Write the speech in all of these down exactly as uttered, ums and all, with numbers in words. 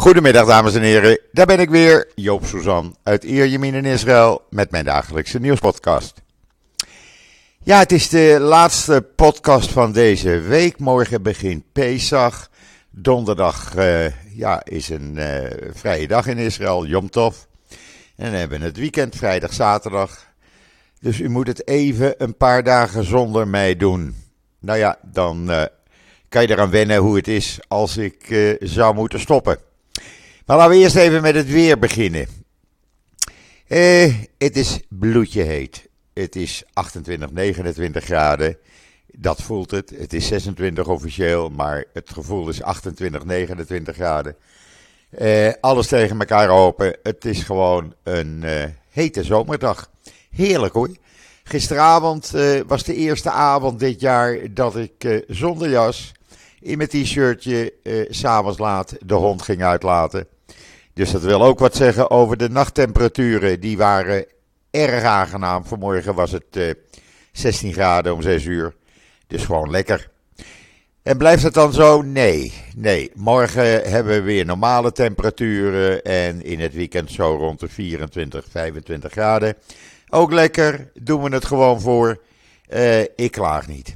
Goedemiddag dames en heren, daar ben ik weer, Joop Suzan uit Ierjemien in Israël met mijn dagelijkse nieuwspodcast. Ja, het is de laatste podcast van deze week. Morgen begint Pesach. Donderdag uh, ja, is een uh, vrije dag in Israël, Yom Tov. En dan hebben we het weekend, vrijdag, zaterdag. Dus u moet het even een paar dagen zonder mij doen. Nou ja, dan uh, kan je eraan wennen hoe het is als ik uh, zou moeten stoppen. Maar laten we eerst even met het weer beginnen. Uh, het is bloedje heet. Het is achtentwintig, negenentwintig graden. Dat voelt het. Het is zesentwintig officieel, maar het gevoel is achtentwintig, negenentwintig graden. Uh, alles tegen elkaar open. Het is gewoon een uh, hete zomerdag. Heerlijk hoor. Gisteravond uh, was de eerste avond dit jaar dat ik uh, zonder jas in mijn t-shirtje uh, 's avonds laat de hond ging uitlaten. Dus dat wil ook wat zeggen over de nachttemperaturen. Die waren erg aangenaam. Vanmorgen was het uh, zestien graden om zes uur. Dus gewoon lekker. En blijft het dan zo? Nee. Nee. Morgen hebben we weer normale temperaturen. En in het weekend zo rond de vierentwintig, vijfentwintig graden. Ook lekker. Doen we het gewoon voor. Uh, ik klaag niet.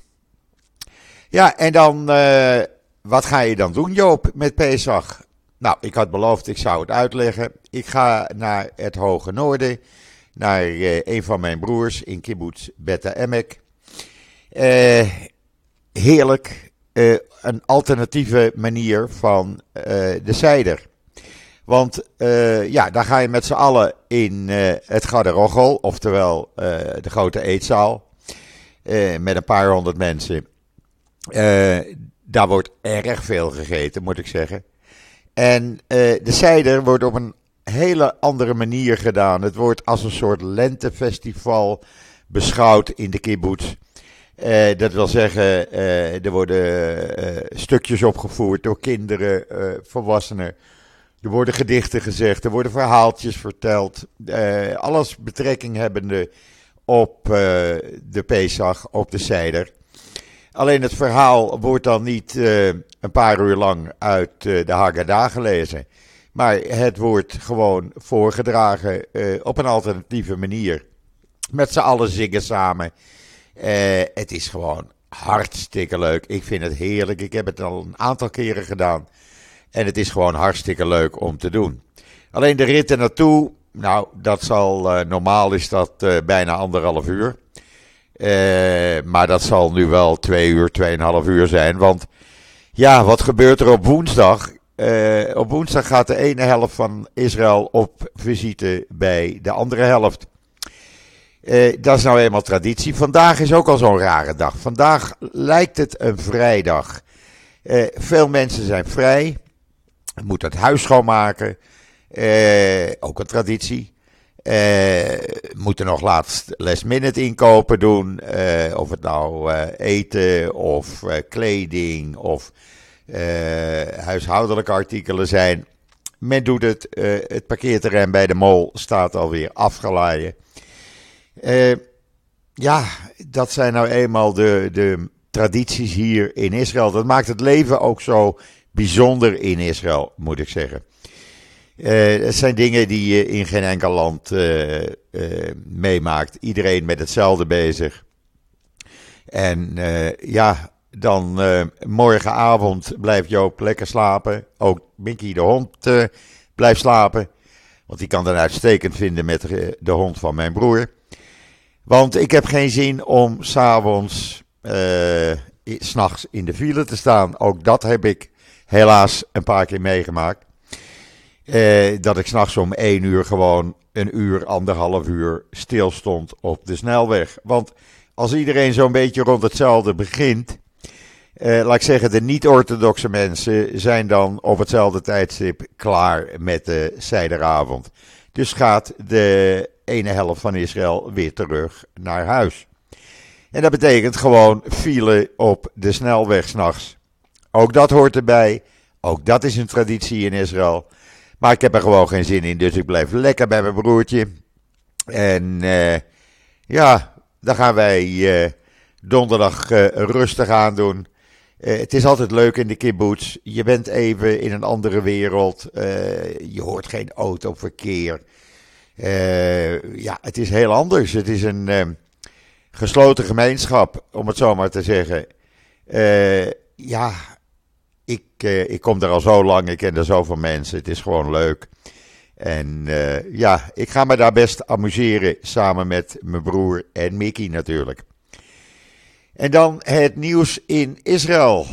Ja, en dan, uh, wat ga je dan doen, Joop, met Pesach? Nou, ik had beloofd, ik zou het uitleggen. Ik ga naar het Hoge Noorden, naar uh, een van mijn broers in kibbutz Beta Emek. Uh, heerlijk, uh, een alternatieve manier van uh, de seider. Want uh, ja, daar ga je met z'n allen in uh, het Garder Rochel, oftewel uh, de grote eetzaal, uh, met een paar honderd mensen. Uh, daar wordt erg veel gegeten, moet ik zeggen. En uh, de seider wordt op een hele andere manier gedaan. Het wordt als een soort lentefestival beschouwd in de kibbutz. Uh, dat wil zeggen, uh, er worden uh, stukjes opgevoerd door kinderen, uh, volwassenen. Er worden gedichten gezegd, er worden verhaaltjes verteld. Uh, alles betrekking hebbende op uh, de Pesach, op de seider. Alleen het verhaal wordt dan niet uh, een paar uur lang uit uh, de Haggadah gelezen. Maar het wordt gewoon voorgedragen uh, op een alternatieve manier. Met z'n allen zingen samen. Uh, het is gewoon hartstikke leuk. Ik vind het heerlijk. Ik heb het al een aantal keren gedaan. En het is gewoon hartstikke leuk om te doen. Alleen de rit er naartoe, nou, dat zal, uh, normaal is dat uh, bijna anderhalf uur. Uh, maar dat zal nu wel twee uur, tweeënhalf uur zijn. Want ja, wat gebeurt er op woensdag? Uh, op woensdag gaat de ene helft van Israël op visite bij de andere helft. Uh, dat is nou eenmaal traditie. Vandaag is ook al zo'n rare dag. Vandaag lijkt het een vrijdag. Uh, veel mensen zijn vrij. Moet het huis schoonmaken. Uh, ook een traditie. Uh, moeten nog laatst last minute inkopen doen. Uh, of het nou uh, eten of uh, kleding of uh, huishoudelijke artikelen zijn. Men doet het. Uh, het parkeerterrein bij de mall staat alweer afgeladen. Uh, ja, dat zijn nou eenmaal de, de tradities hier in Israël. Dat maakt het leven ook zo bijzonder in Israël, moet ik zeggen. Uh, het zijn dingen die je in geen enkel land uh, uh, meemaakt. Iedereen met hetzelfde bezig. En uh, ja, dan uh, morgenavond blijft Joop lekker slapen. Ook Mickey de hond uh, blijft slapen. Want die kan het uitstekend vinden met de, de hond van mijn broer. Want ik heb geen zin om 's avonds, uh, 's nachts in de file te staan. Ook dat heb ik helaas een paar keer meegemaakt. Uh, dat ik 's nachts om één uur gewoon een uur, anderhalf uur stil stond op de snelweg. Want als iedereen zo'n beetje rond hetzelfde begint, uh, laat ik zeggen, de niet-orthodoxe mensen zijn dan op hetzelfde tijdstip klaar met de seideravond. Dus gaat de ene helft van Israël weer terug naar huis. En dat betekent gewoon file op de snelweg 's nachts. Ook dat hoort erbij. Ook dat is een traditie in Israël. Maar ik heb er gewoon geen zin in, dus ik blijf lekker bij mijn broertje. En uh, ja, dan gaan wij uh, donderdag uh, rustig aan doen. Uh, het is altijd leuk in de kibbutz. Je bent even in een andere wereld. Uh, je hoort geen autoverkeer. Uh, ja, het is heel anders. Het is een uh, gesloten gemeenschap, om het zo maar te zeggen. Uh, ja, ik, uh, ik kom daar al zo lang. Ik ken er zoveel mensen. Het is gewoon leuk. En uh, ja, ik ga me daar best amuseren samen met mijn broer en Mickey natuurlijk. En dan het nieuws in Israël.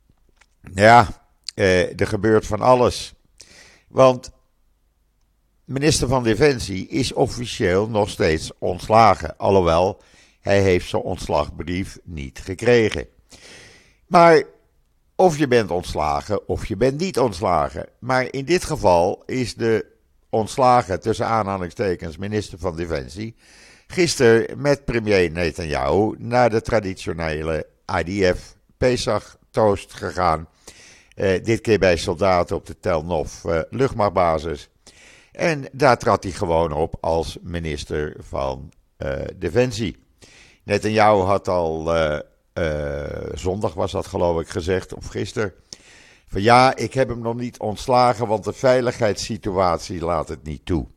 Ja, uh, er gebeurt van alles. Want minister van Defensie is officieel nog steeds ontslagen. Alhoewel, hij heeft zijn ontslagbrief niet gekregen. Maar of je bent ontslagen of je bent niet ontslagen. Maar in dit geval is de ontslagen, tussen aanhalingstekens, minister van Defensie gisteren met premier Netanyahu naar de traditionele I D F Pesach Toast gegaan. Uh, dit keer bij soldaten op de Tel Nof uh, luchtmachtbasis. En daar trad hij gewoon op als minister van uh, Defensie. Netanyahu had al, uh, uh, zondag was dat geloof ik gezegd, of gisteren, van ja, ik heb hem nog niet ontslagen, want de veiligheidssituatie laat het niet toe.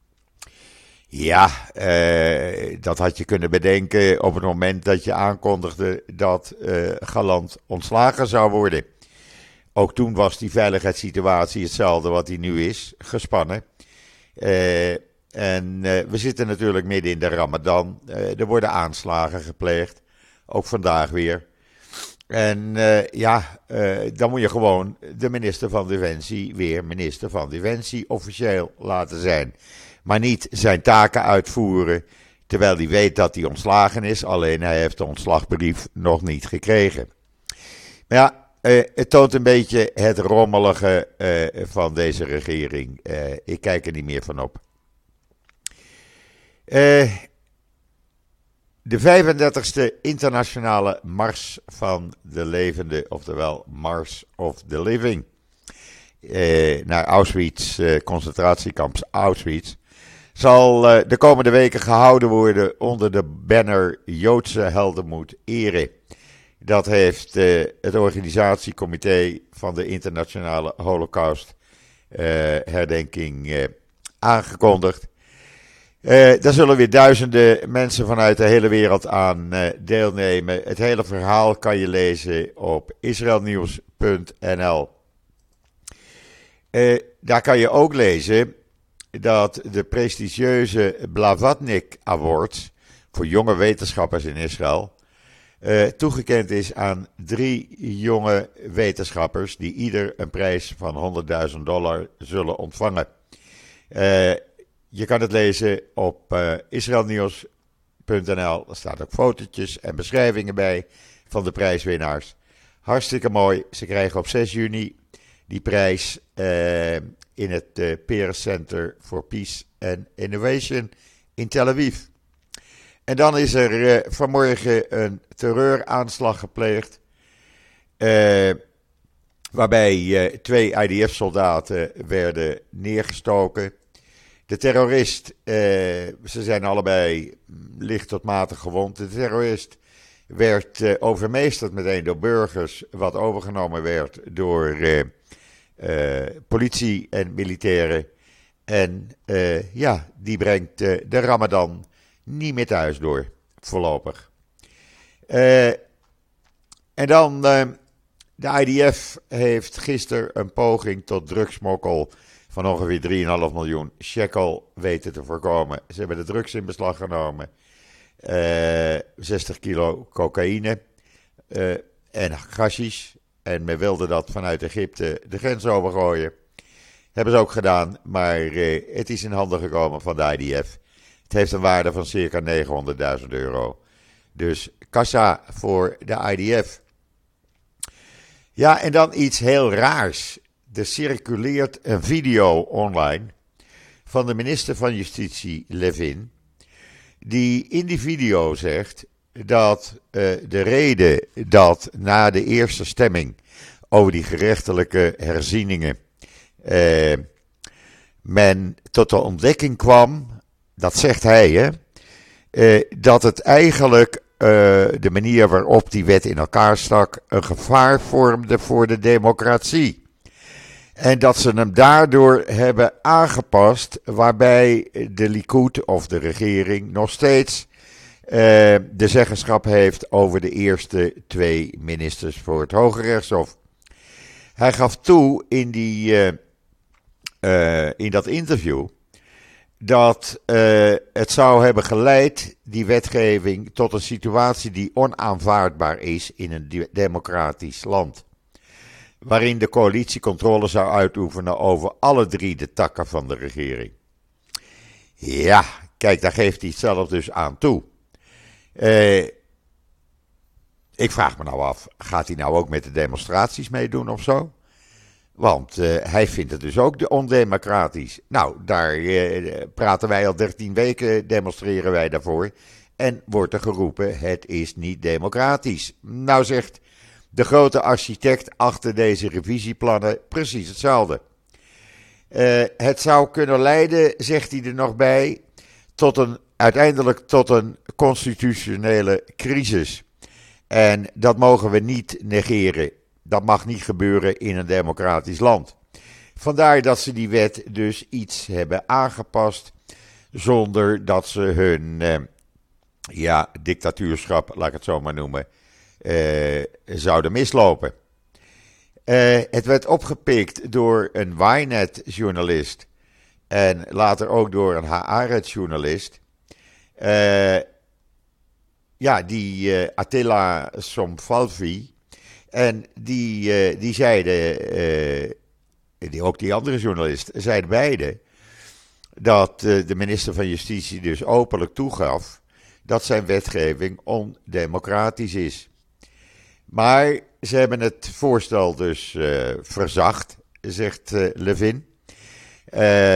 Ja, uh, dat had je kunnen bedenken op het moment dat je aankondigde dat uh, Galant ontslagen zou worden. Ook toen was die veiligheidssituatie hetzelfde wat die nu is, gespannen. Uh, en uh, we zitten natuurlijk midden in de Ramadan. Uh, er worden aanslagen gepleegd, ook vandaag weer. En uh, ja, uh, dan moet je gewoon de minister van Defensie weer minister van Defensie officieel laten zijn. Maar niet zijn taken uitvoeren, terwijl hij weet dat hij ontslagen is. Alleen hij heeft de ontslagbrief nog niet gekregen. Maar ja, uh, het toont een beetje het rommelige uh, van deze regering. Uh, ik kijk er niet meer van op. Uh, de vijfendertigste internationale Mars van de Levende, oftewel Mars of the Living. Uh, naar Auschwitz, uh, concentratiekamp Auschwitz, zal uh, de komende weken gehouden worden onder de banner Joodse heldenmoed eren. Dat heeft uh, het organisatiecomité van de internationale Holocaust uh, herdenking uh, aangekondigd. Uh, daar zullen weer duizenden mensen vanuit de hele wereld aan uh, deelnemen. Het hele verhaal kan je lezen op israelnieuws punt n l. Uh, daar kan je ook lezen dat de prestigieuze Blavatnik Awards voor jonge wetenschappers in Israël uh, toegekend is aan drie jonge wetenschappers die ieder een prijs van honderdduizend dollar zullen ontvangen. Uh, je kan het lezen op uh, israelnieuws punt n l. Er staan ook fotootjes en beschrijvingen bij van de prijswinnaars. Hartstikke mooi. Ze krijgen op zes juni die prijs uh, in het uh, Peres Center for Peace and Innovation in Tel Aviv. En dan is er uh, vanmorgen een terreuraanslag gepleegd, uh, waarbij uh, twee I D F-soldaten werden neergestoken. De terrorist, uh, ze zijn allebei licht tot matig gewond. De terrorist werd uh, overmeesterd meteen door burgers, wat overgenomen werd door uh, uh, politie en militairen. En uh, ja, die brengt uh, de Ramadan niet meer thuis door, voorlopig. Uh, en dan, uh, de I D F heeft gisteren een poging tot drugsmokkel van ongeveer drie komma vijf miljoen shekel weten te voorkomen. Ze hebben de drugs in beslag genomen. Uh, zestig kilo cocaïne uh, en hashish. En men wilde dat vanuit Egypte de grens overgooien. Hebben ze ook gedaan, maar uh, het is in handen gekomen van de I D F. Het heeft een waarde van circa negenhonderdduizend euro. Dus kassa voor de I D F. Ja, en dan iets heel raars. Er circuleert een video online van de minister van Justitie, Levin, die in die video zegt dat uh, de reden dat na de eerste stemming over die gerechtelijke herzieningen uh, men tot de ontdekking kwam, dat zegt hij, hè, uh, dat het eigenlijk de manier waarop die wet in elkaar stak een gevaar vormde voor de democratie. En dat ze hem daardoor hebben aangepast, waarbij de Likud of de regering nog steeds uh, de zeggenschap heeft over de eerste twee ministers voor het Hoge Rechtshof. Hij gaf toe in, die, uh, uh, in dat interview dat uh, het zou hebben geleid, die wetgeving, tot een situatie die onaanvaardbaar is in een democratisch land. Waarin de coalitie controle zou uitoefenen over alle drie de takken van de regering. Ja, kijk, daar geeft hij het zelf dus aan toe. Uh, ik vraag me nou af, gaat hij nou ook met de demonstraties meedoen of zo? Want uh, hij vindt het dus ook ondemocratisch. Nou, daar uh, praten wij al dertien weken, demonstreren wij daarvoor. En wordt er geroepen, het is niet democratisch. Nou zegt de grote architect achter deze revisieplannen precies hetzelfde. Uh, het zou kunnen leiden, zegt hij er nog bij, tot een, uiteindelijk tot een constitutionele crisis. En dat mogen we niet negeren. Dat mag niet gebeuren in een democratisch land. Vandaar dat ze die wet dus iets hebben aangepast, zonder dat ze hun uh, ja, dictatuurschap, laat ik het zo maar noemen, uh, zouden mislopen. Uh, het werd opgepikt door een Ynet-journalist en later ook door een Haaretz-journalist. Uh, ja, die uh, Attila Somfalvi. En die, uh, die zeiden, uh, die, ook die andere journalist, zeiden beide, dat uh, de minister van Justitie dus openlijk toegaf dat zijn wetgeving ondemocratisch is. Maar ze hebben het voorstel dus uh, verzacht, zegt uh, Levin. Uh,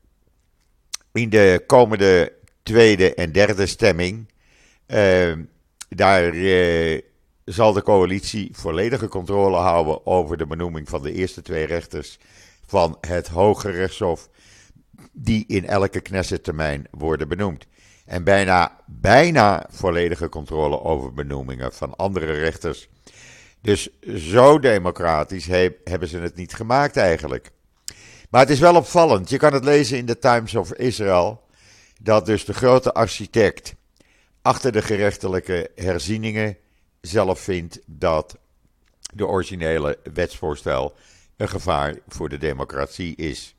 in de komende tweede en derde stemming, uh, daar uh, zal de coalitie volledige controle houden over de benoeming van de eerste twee rechters van het Hoge Rechtshof, die in elke Knessettermijn worden benoemd. En bijna, bijna volledige controle over benoemingen van andere rechters. Dus zo democratisch he, hebben ze het niet gemaakt eigenlijk. Maar het is wel opvallend. Je kan het lezen in de Times of Israel, dat dus de grote architect achter de gerechtelijke herzieningen zelf vindt dat de originele wetsvoorstel een gevaar voor de democratie is.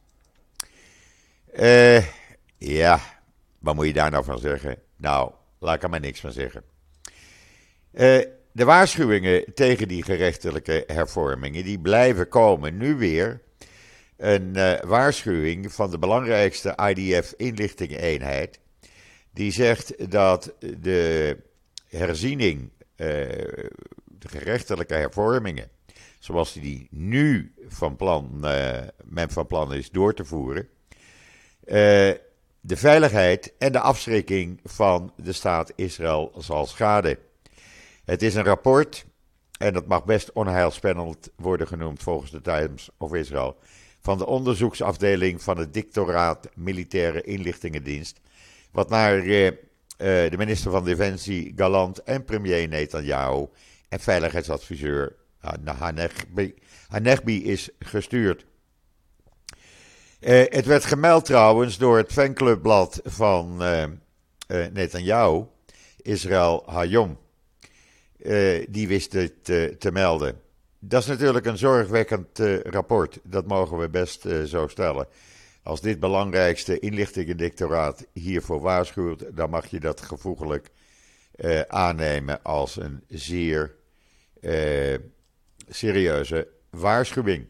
Uh, ja, wat moet je daar nou van zeggen? Nou, laat ik er maar niks van zeggen. Uh, de waarschuwingen tegen die gerechtelijke hervormingen, die blijven komen. Nu weer een uh, waarschuwing van de belangrijkste I D F-inlichtingeneenheid. Die zegt dat de herziening, uh, de gerechtelijke hervormingen, zoals die nu van plan, uh, men van plan is door te voeren, uh, de veiligheid en de afschrikking van de staat Israël zal schaden. Het is een rapport, en dat mag best onheilspellend worden genoemd volgens de Times of Israel, van de onderzoeksafdeling van het Directoraat Militaire Inlichtingendienst, wat naar uh, uh, de minister van Defensie Gallant en premier Netanyahu en veiligheidsadviseur uh, Hanegbi, Hanegbi is gestuurd. Uh, het werd gemeld trouwens door het fanclubblad van uh, uh, Netanyahu, Israel Hayom. Uh, die wist het uh, te melden. Dat is natuurlijk een zorgwekkend uh, rapport. Dat mogen we best uh, zo stellen. Als dit belangrijkste inlichtingendictoraat hiervoor waarschuwt, dan mag je dat gevoeglijk uh, aannemen als een zeer uh, serieuze waarschuwing.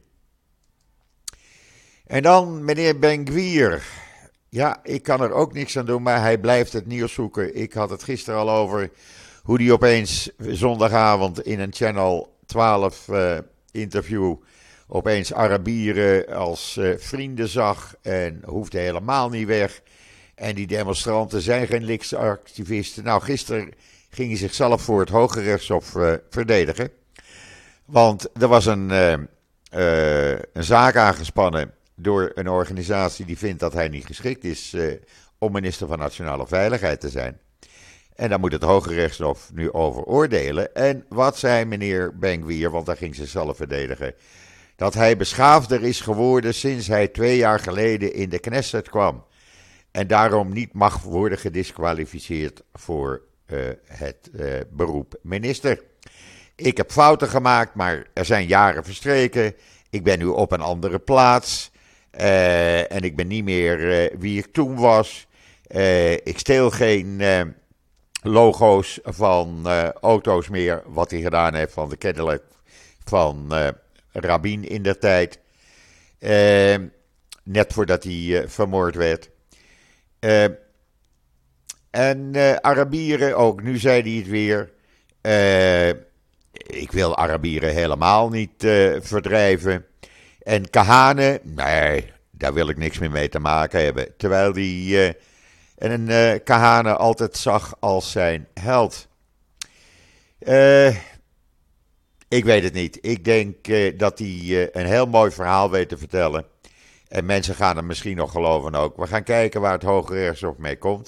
En dan meneer Ben-Gvir. Ja, ik kan er ook niks aan doen, maar hij blijft het nieuws zoeken. Ik had het gisteren al over hoe die opeens zondagavond in een Channel twaalf uh, interview opeens Arabieren als uh, vrienden zag en hoefde helemaal niet weg. En die demonstranten zijn geen linkse activisten. Nou, gisteren ging hij zichzelf voor het Hoge Rechtshof uh, verdedigen. Want er was een, uh, uh, een zaak aangespannen door een organisatie die vindt dat hij niet geschikt is uh, om minister van Nationale Veiligheid te zijn. En daar moet het Hoge Rechtshof nu over oordelen. En wat zei meneer Ben-Gvir, want daar ging ze zelf verdedigen, dat hij beschaafder is geworden sinds hij twee jaar geleden in de Knesset kwam. En daarom niet mag worden gedisqualificeerd voor uh, het uh, beroep minister. Ik heb fouten gemaakt, maar er zijn jaren verstreken. Ik ben nu op een andere plaats. Uh, en ik ben niet meer uh, wie ik toen was. Uh, ik steel geen uh, logo's van uh, auto's meer, wat hij gedaan heeft van de Cadillac van uh, Rabin in der tijd. Uh, net voordat hij uh, vermoord werd. Uh, en uh, Arabieren ook, nu zei hij het weer. Uh, ik wil Arabieren helemaal niet uh, verdrijven. En Kahane, nee, daar wil ik niks meer mee te maken hebben. Terwijl die uh, een uh, Kahane altijd zag als zijn held. Uh, ik weet het niet. Ik denk uh, dat hij uh, een heel mooi verhaal weet te vertellen. En mensen gaan hem misschien nog geloven ook. We gaan kijken waar het Hoge Rechtshof mee komt.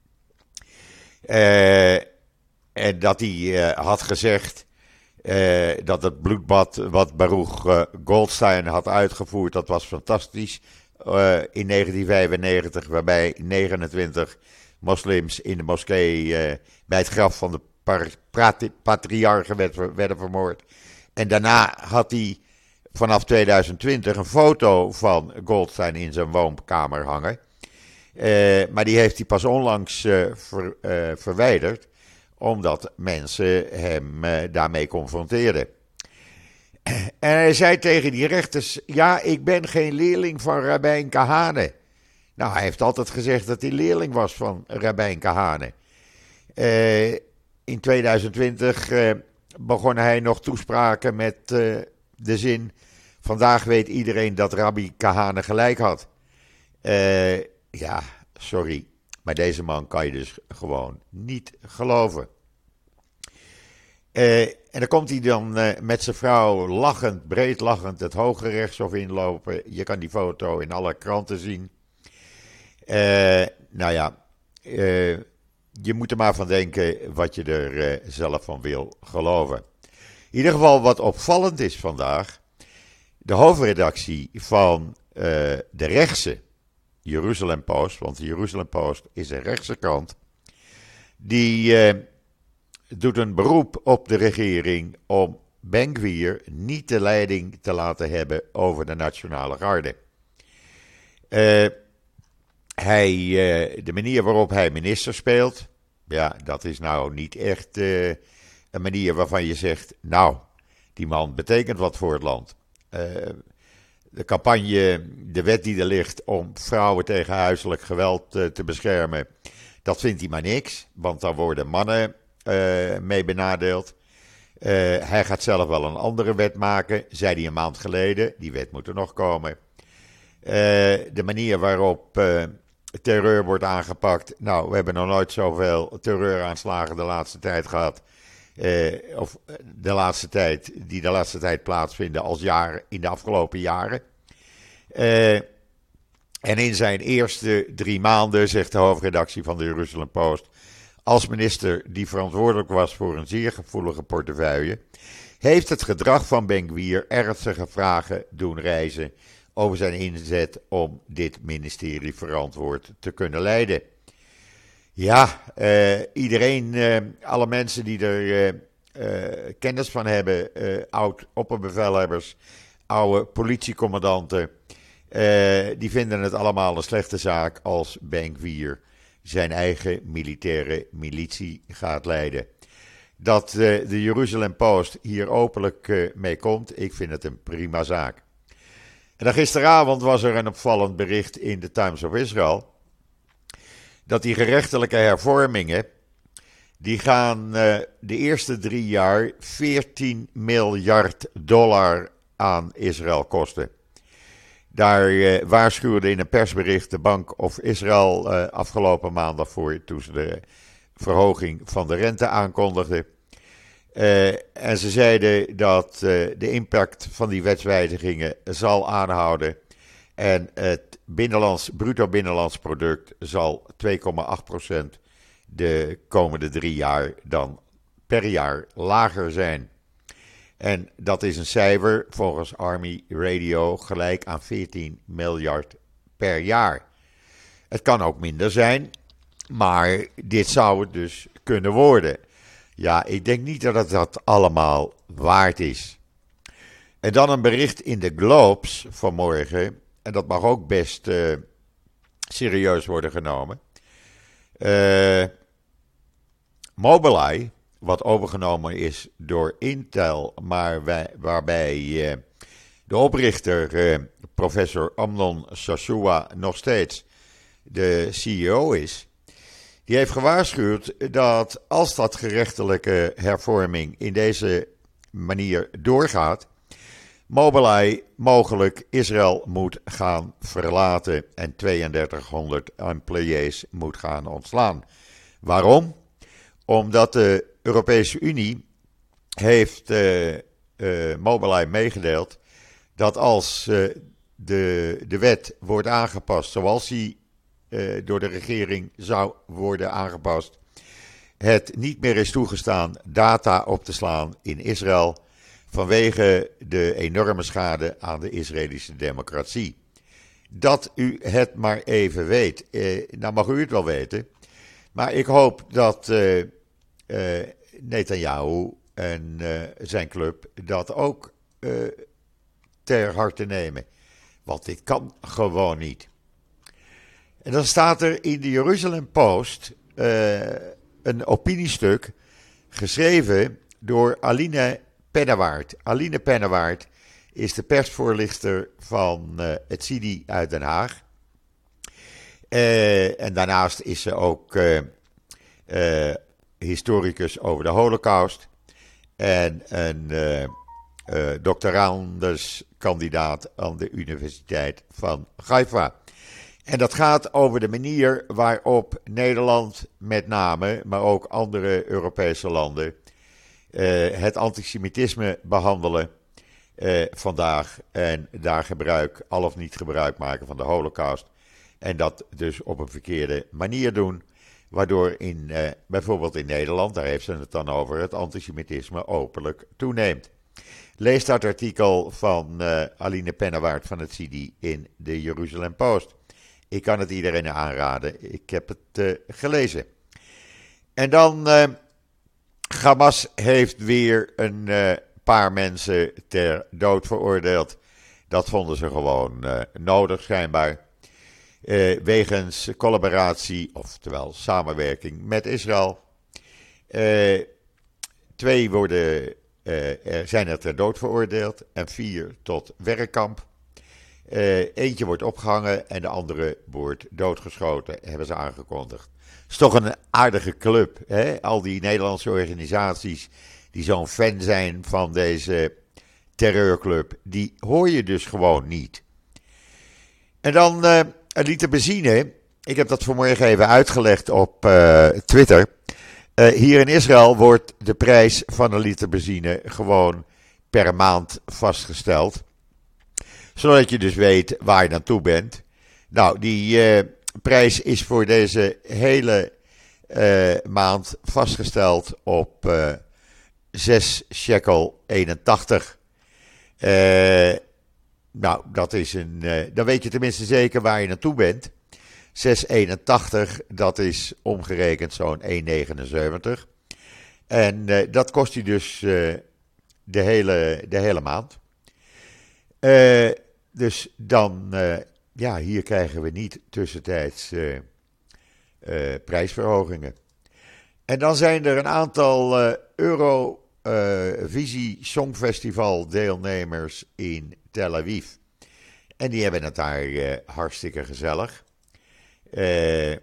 Uh, en dat hij uh, had gezegd uh, dat het bloedbad wat Baruch uh, Goldstein had uitgevoerd, dat was fantastisch. Uh, in negentien vijfennegentig, waarbij negenentwintig moslims in de moskee uh, bij het graf van de par- patriarchen werd, werden vermoord. En daarna had hij vanaf tweeduizend twintig een foto van Goldstein in zijn woonkamer hangen. Uh, maar die heeft hij pas onlangs uh, ver, uh, verwijderd, omdat mensen hem uh, daarmee confronteerden. En hij zei tegen die rechters, ja, ik ben geen leerling van Rabbijn Kahane. Nou, hij heeft altijd gezegd dat hij leerling was van Rabbijn Kahane. Uh, in tweeduizend twintig uh, begon hij nog toespraken met uh, de zin, vandaag weet iedereen dat Rabbi Kahane gelijk had. Uh, ja, sorry, maar deze man kan je dus gewoon niet geloven. Uh, en dan komt hij dan uh, met zijn vrouw lachend, breed lachend het Hoge Rechtshof inlopen. Je kan die foto in alle kranten zien. Uh, nou ja, uh, je moet er maar van denken wat je er uh, zelf van wil geloven. In ieder geval wat opvallend is vandaag. De hoofdredactie van uh, de rechtse Jeruzalem Post, want de Jeruzalem Post is een rechtse krant, die uh, doet een beroep op de regering om Ben-Gvir niet de leiding te laten hebben over de Nationale Garde. Uh, hij, uh, de manier waarop hij minister speelt, ja, dat is nou niet echt uh, een manier waarvan je zegt, nou, die man betekent wat voor het land. Uh, de campagne, de wet die er ligt om vrouwen tegen huiselijk geweld uh, te beschermen, dat vindt hij maar niks, want dan worden mannen uh, mee benadeeld. Uh, hij gaat zelf wel een andere wet maken, zei hij een maand geleden, die wet moet er nog komen. Uh, de manier waarop uh, terreur wordt aangepakt, nou, we hebben nog nooit zoveel terreuraanslagen de laatste tijd gehad. Uh, of de laatste tijd, die de laatste tijd plaatsvinden als jaren, in de afgelopen jaren. Uh, en in zijn eerste drie maanden, zegt de hoofdredactie van de Jeruzalem Post, als minister die verantwoordelijk was voor een zeer gevoelige portefeuille, heeft het gedrag van Ben-Gvir ernstige vragen doen rijzen over zijn inzet om dit ministerie verantwoord te kunnen leiden. Ja, uh, iedereen, uh, alle mensen die er uh, uh, kennis van hebben, uh, oud-opperbevelhebbers, oude politiecommandanten, uh, die vinden het allemaal een slechte zaak als Ben-Gvir zijn eigen militaire militie gaat leiden. Dat uh, de Jeruzalem Post hier openlijk uh, mee komt, ik vind het een prima zaak. En dan gisteravond was er een opvallend bericht in de Times of Israel, dat die gerechtelijke hervormingen, die gaan uh, de eerste drie jaar veertien miljard dollar aan Israël kosten. Daar uh, waarschuwde in een persbericht de Bank of Israël uh, afgelopen maandag voor, toen ze de verhoging van de rente aankondigden. Uh, en ze zeiden dat uh, de impact van die wetswijzigingen zal aanhouden. En het binnenlands, bruto binnenlands product zal twee komma acht procent de komende drie jaar dan per jaar lager zijn. En dat is een cijfer volgens Army Radio gelijk aan veertien miljard per jaar. Het kan ook minder zijn, maar dit zou het dus kunnen worden. Ja, ik denk niet dat het dat allemaal waard is. En dan een bericht in de Globes vanmorgen, en dat mag ook best uh, serieus worden genomen. Uh, Mobileye, wat overgenomen is door Intel, maar wij, waarbij uh, de oprichter, uh, professor Amnon Shashua, nog steeds de C E O is. Die heeft gewaarschuwd dat als dat gerechtelijke hervorming in deze manier doorgaat, Mobileye mogelijk Israël moet gaan verlaten en drieduizendtweehonderd employees moet gaan ontslaan. Waarom? Omdat de Europese Unie heeft uh, uh, Mobileye meegedeeld dat als uh, de, de wet wordt aangepast zoals die uh, door de regering zou worden aangepast, het niet meer is toegestaan data op te slaan in Israël vanwege de enorme schade aan de Israëlische democratie. Dat u het maar even weet. Uh, nou mag u het wel weten. Maar ik hoop dat uh, uh, Netanyahu en uh, zijn club dat ook uh, ter harte nemen. Want dit kan gewoon niet. En dan staat er in de Jerusalem Post uh, een opiniestuk geschreven door Aline Pennewaard. Aline Pennewaard is de persvoorlichter van uh, het C I D I uit Den Haag. Uh, en daarnaast is ze ook uh, uh, historicus over de Holocaust. En een uh, uh, doctoranduskandidaat aan de Universiteit van Haifa. En dat gaat over de manier waarop Nederland met name, maar ook andere Europese landen, uh, het antisemitisme behandelen uh, vandaag. En daar gebruik, al of niet gebruik maken van de Holocaust. En dat dus op een verkeerde manier doen. Waardoor in, uh, bijvoorbeeld in Nederland, daar heeft ze het dan over, het antisemitisme openlijk toeneemt. Lees dat artikel van uh, Aline Pennewaard van het C I D I in de Jerusalem Post. Ik kan het iedereen aanraden. Ik heb het uh, gelezen. En dan, uh, Hamas heeft weer een uh, paar mensen ter dood veroordeeld. Dat vonden ze gewoon uh, nodig schijnbaar. Uh, wegens collaboratie, oftewel samenwerking met Israël. Uh, twee worden, uh, er zijn er ter dood veroordeeld en vier tot werkkamp. Uh, eentje wordt opgehangen en de andere wordt doodgeschoten, hebben ze aangekondigd. Het is toch een aardige club, hè? Al die Nederlandse organisaties die zo'n fan zijn van deze terreurclub, die hoor je dus gewoon niet. En dan uh, een liter benzine. Ik heb dat vanmorgen even uitgelegd op uh, Twitter. Uh, hier in Israël wordt de prijs van een liter benzine gewoon per maand vastgesteld. Zodat je dus weet waar je naartoe bent. Nou, die uh, prijs is voor deze hele uh, maand vastgesteld op uh, zes shekel eenentachtig. Uh, nou, dat is een. Uh, dan weet je tenminste zeker waar je naartoe bent. zes eenentachtig, dat is omgerekend zo'n één negenenzeventig. En uh, dat kost je dus uh, de, hele, de hele maand. Uh, dus dan, uh, ja, hier krijgen we niet tussentijds uh, uh, prijsverhogingen. En dan zijn er een aantal uh, Eurovisie Songfestival deelnemers in Tel Aviv. En die hebben het daar uh, hartstikke gezellig. Uh,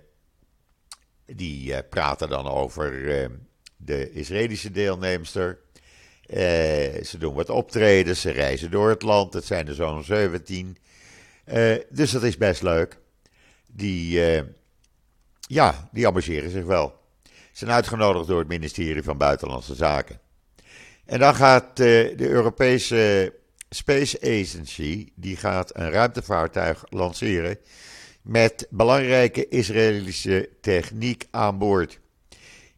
die uh, praten dan over uh, de Israëlische deelnemster. Uh, ze doen wat optredens, ze reizen door het land. Het zijn er zo'n zeventien. Uh, dus dat is best leuk. Die, uh, ja, die amuseren zich wel. Ze zijn uitgenodigd door het ministerie van Buitenlandse Zaken. En dan gaat uh, de Europese Space Agency, die gaat een ruimtevaartuig lanceren met belangrijke Israëlische techniek aan boord.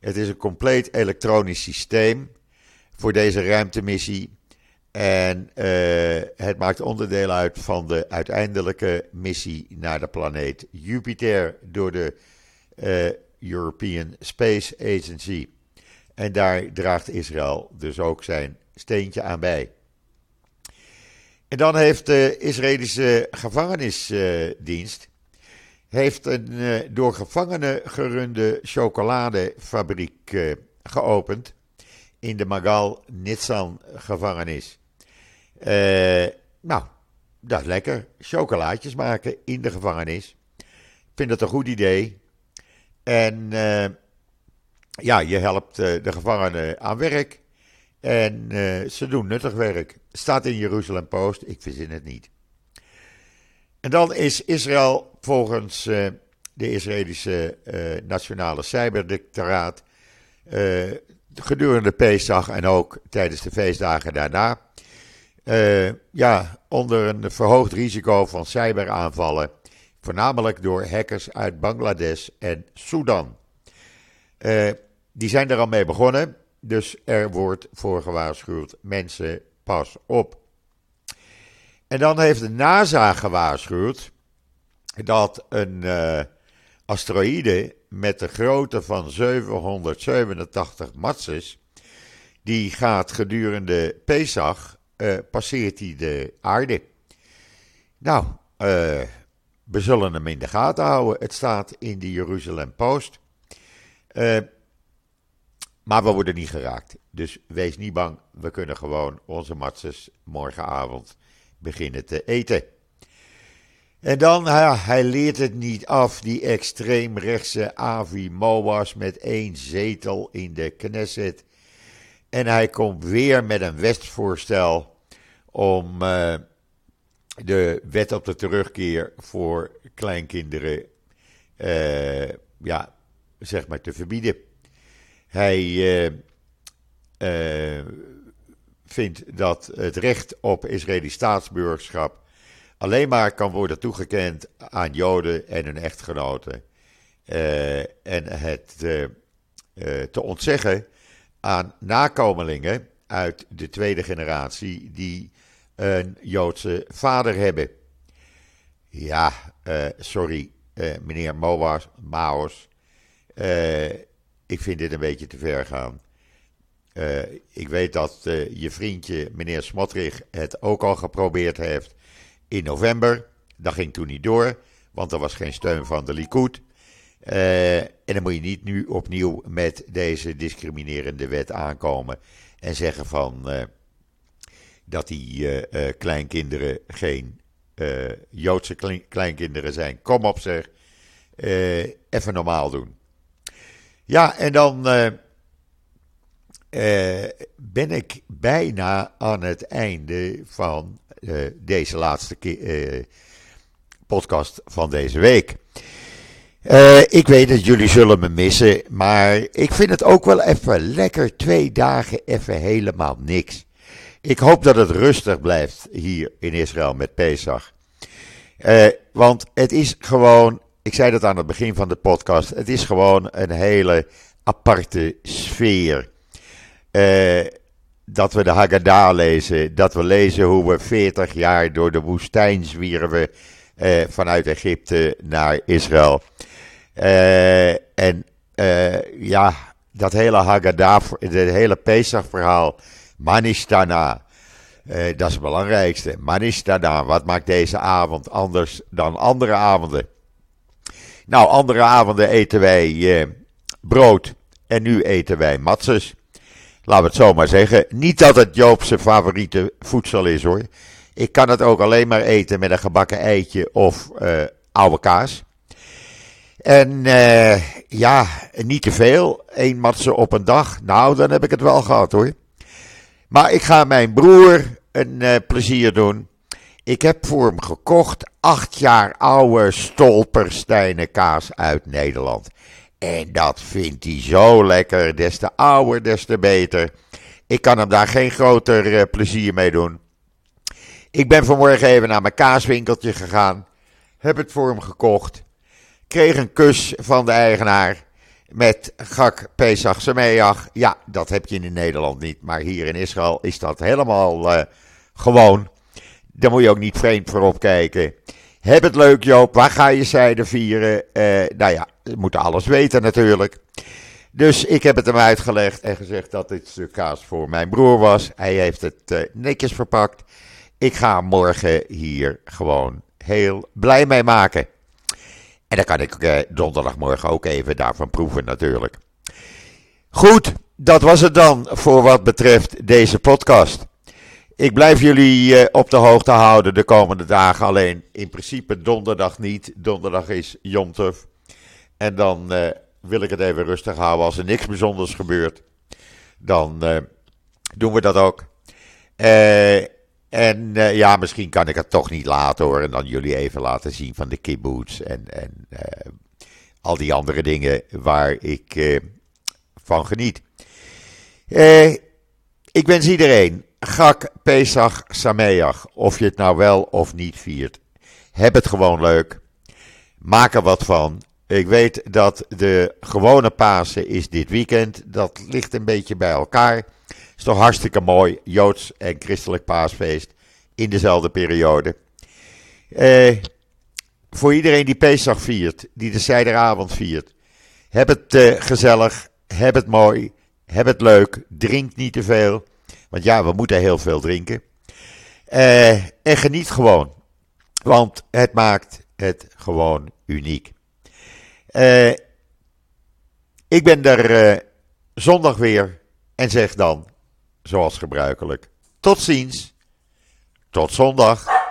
Het is een compleet elektronisch systeem voor deze ruimtemissie. En uh, het maakt onderdeel uit van de uiteindelijke missie naar de planeet Jupiter door de uh, European Space Agency. En daar draagt Israël dus ook zijn steentje aan bij. En dan heeft de Israëlische gevangenisdienst heeft een uh, door gevangenen gerunde chocoladefabriek uh, geopend in de Magal Nitzan gevangenis. Uh, nou, dat is lekker. Chocolaatjes maken in de gevangenis. Ik vind dat een goed idee. En uh, ja, je helpt uh, de gevangenen aan werk. En uh, ze doen nuttig werk. Staat in Jeruzalem Post, ik verzin het niet. En dan is Israël volgens uh, de Israëlische uh, Nationale Cyberdictoraat uh, gedurende Pesach en ook tijdens de feestdagen daarna uh, ja, onder een verhoogd risico van cyberaanvallen, voornamelijk door hackers uit Bangladesh en Sudan. Uh, die zijn er al mee begonnen, dus er wordt voor gewaarschuwd, mensen, pas op. En dan heeft de NASA gewaarschuwd dat een uh, asteroïde met de grootte van zevenhonderdzevenentachtig matzes, die gaat gedurende Pesach, uh, passeert die de aarde. Nou, uh, we zullen hem in de gaten houden. Het staat in de Jeruzalem Post. Uh, maar we worden niet geraakt. Dus wees niet bang, we kunnen gewoon onze matzes morgenavond beginnen te eten. En dan, ja, hij leert het niet af, die extreemrechtse Avi Maowas met één zetel in de Knesset. En hij komt weer met een wetsvoorstel om uh, de wet op de terugkeer voor kleinkinderen, uh, ja, zeg maar te verbieden. Hij uh, uh, vindt dat het recht op Israëlisch staatsburgerschap alleen maar kan worden toegekend aan Joden en hun echtgenoten. Uh, en het uh, uh, te ontzeggen aan nakomelingen uit de tweede generatie die een Joodse vader hebben. Ja, uh, sorry, uh, meneer Maowas, Maos. Uh, ik vind dit een beetje te ver gaan. Uh, ik weet dat uh, je vriendje, meneer Smotrich, het ook al geprobeerd heeft in november. Dat ging toen niet door, want er was geen steun van de Likud. Uh, en dan moet je niet nu opnieuw met deze discriminerende wet aankomen en zeggen van uh, dat die uh, uh, kleinkinderen geen uh, Joodse kleinkinderen zijn. Kom op zeg, uh, even normaal doen. Ja, en dan uh, uh, ben ik bijna aan het einde van uh, deze laatste uh, podcast van deze week. Uh, ik weet dat jullie zullen me missen, maar ik vind het ook wel even lekker, twee dagen even helemaal niks. Ik hoop dat het rustig blijft hier in Israël met Pesach. Uh, want het is gewoon, ik zei dat aan het begin van de podcast, het is gewoon een hele aparte sfeer. Uh, dat we de Haggadah lezen, dat we lezen hoe we veertig jaar door de woestijn zwierven uh, vanuit Egypte naar Israël. Uh, en uh, ja, dat hele Haggadah, het hele Pesach-verhaal, Manishtana, uh, dat is het belangrijkste. Manishtana, wat maakt deze avond anders dan andere avonden? Nou, andere avonden eten wij uh, brood en nu eten wij matzes. Laten we het zo maar zeggen. Niet dat het Joopse favoriete voedsel is hoor. Ik kan het ook alleen maar eten met een gebakken eitje of uh, oude kaas. En uh, ja, niet te veel. Eén matse op een dag. Nou, dan heb ik het wel gehad hoor. Maar ik ga mijn broer een uh, plezier doen. Ik heb voor hem gekocht acht jaar oude Stolpersteinen kaas uit Nederland. En dat vindt hij zo lekker. Des te ouder, des te beter. Ik kan hem daar geen groter uh, plezier mee doen. Ik ben vanmorgen even naar mijn kaaswinkeltje gegaan. Heb het voor hem gekocht. Kreeg een kus van de eigenaar. met Chag Pesach Sameach. Ja, dat heb je in Nederland niet, maar hier in Israël is dat helemaal uh, gewoon. Daar moet je ook niet vreemd voor opkijken. Heb het leuk, Joop. Waar ga je zijde vieren? Uh, nou ja, we moeten alles weten natuurlijk. Dus ik heb het hem uitgelegd en gezegd dat dit stuk kaas voor mijn broer was. Hij heeft het uh, netjes verpakt. Ik ga hem morgen hier gewoon heel blij mee maken. En dan kan ik uh, donderdagmorgen ook even daarvan proeven natuurlijk. Goed, dat was het dan voor wat betreft deze podcast. Ik blijf jullie uh, op de hoogte houden de komende dagen. Alleen in principe donderdag niet. Donderdag is Yom Tov. En dan uh, wil ik het even rustig houden. Als er niks bijzonders gebeurt, dan uh, doen we dat ook. Uh, en uh, ja, misschien kan ik het toch niet laten hoor. En dan jullie even laten zien van de kibbutz en, en uh, al die andere dingen waar ik uh, van geniet. Uh, ik wens iedereen Chag Pesach Sameach. Of je het nou wel of niet viert. Heb het gewoon leuk. Maak er wat van. Ik weet dat de gewone Pasen is dit weekend. Dat ligt een beetje bij elkaar. Is toch hartstikke mooi. Joods en christelijk paasfeest in dezelfde periode. Eh, voor iedereen die Pesach viert. Die de Seideravond viert. Heb het uh, gezellig. Heb het mooi. Heb het leuk. Drink niet te veel. Want ja, we moeten heel veel drinken. Uh, en geniet gewoon. Want het maakt het gewoon uniek. Uh, ik ben er uh, zondag weer en zeg dan, zoals gebruikelijk, tot ziens, tot zondag.